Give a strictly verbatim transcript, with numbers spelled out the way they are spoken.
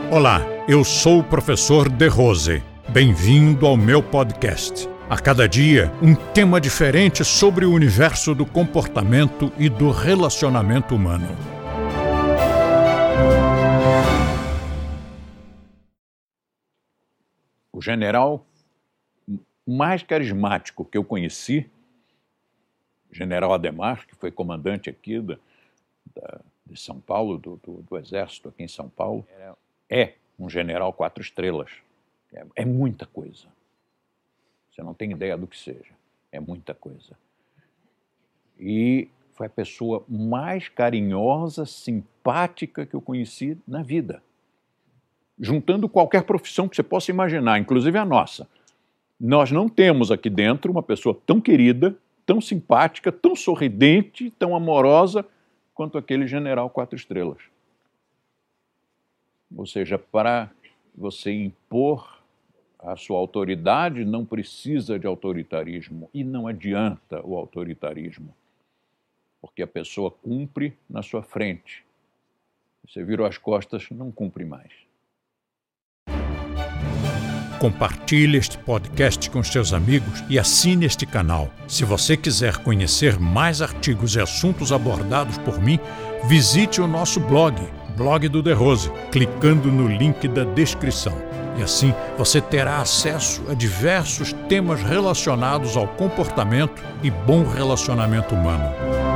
Olá, eu sou o professor De Rose. Bem-vindo ao meu podcast. A cada dia, um tema diferente sobre o universo do comportamento e do relacionamento humano. O general mais carismático que eu conheci, general Adhemar, que foi comandante aqui da, da, de São Paulo, do, do, do Exército aqui em São Paulo, é um general quatro estrelas. É, é muita coisa. Você não tem ideia do que seja. É muita coisa. E foi a pessoa mais carinhosa, simpática que eu conheci na vida. Juntando qualquer profissão que você possa imaginar, inclusive a nossa. Nós não temos aqui dentro uma pessoa tão querida, tão simpática, tão sorridente, tão amorosa quanto aquele general quatro estrelas. Ou seja, para você impor a sua autoridade, não precisa de autoritarismo e não adianta o autoritarismo, porque a pessoa cumpre na sua frente. Você virou as costas, não cumpre mais. Compartilhe este podcast com seus amigos e assine este canal. Se você quiser conhecer mais artigos e assuntos abordados por mim, visite o nosso blog, Blog do De Rose, clicando no link da descrição. E assim você terá acesso a diversos temas relacionados ao comportamento e bom relacionamento humano.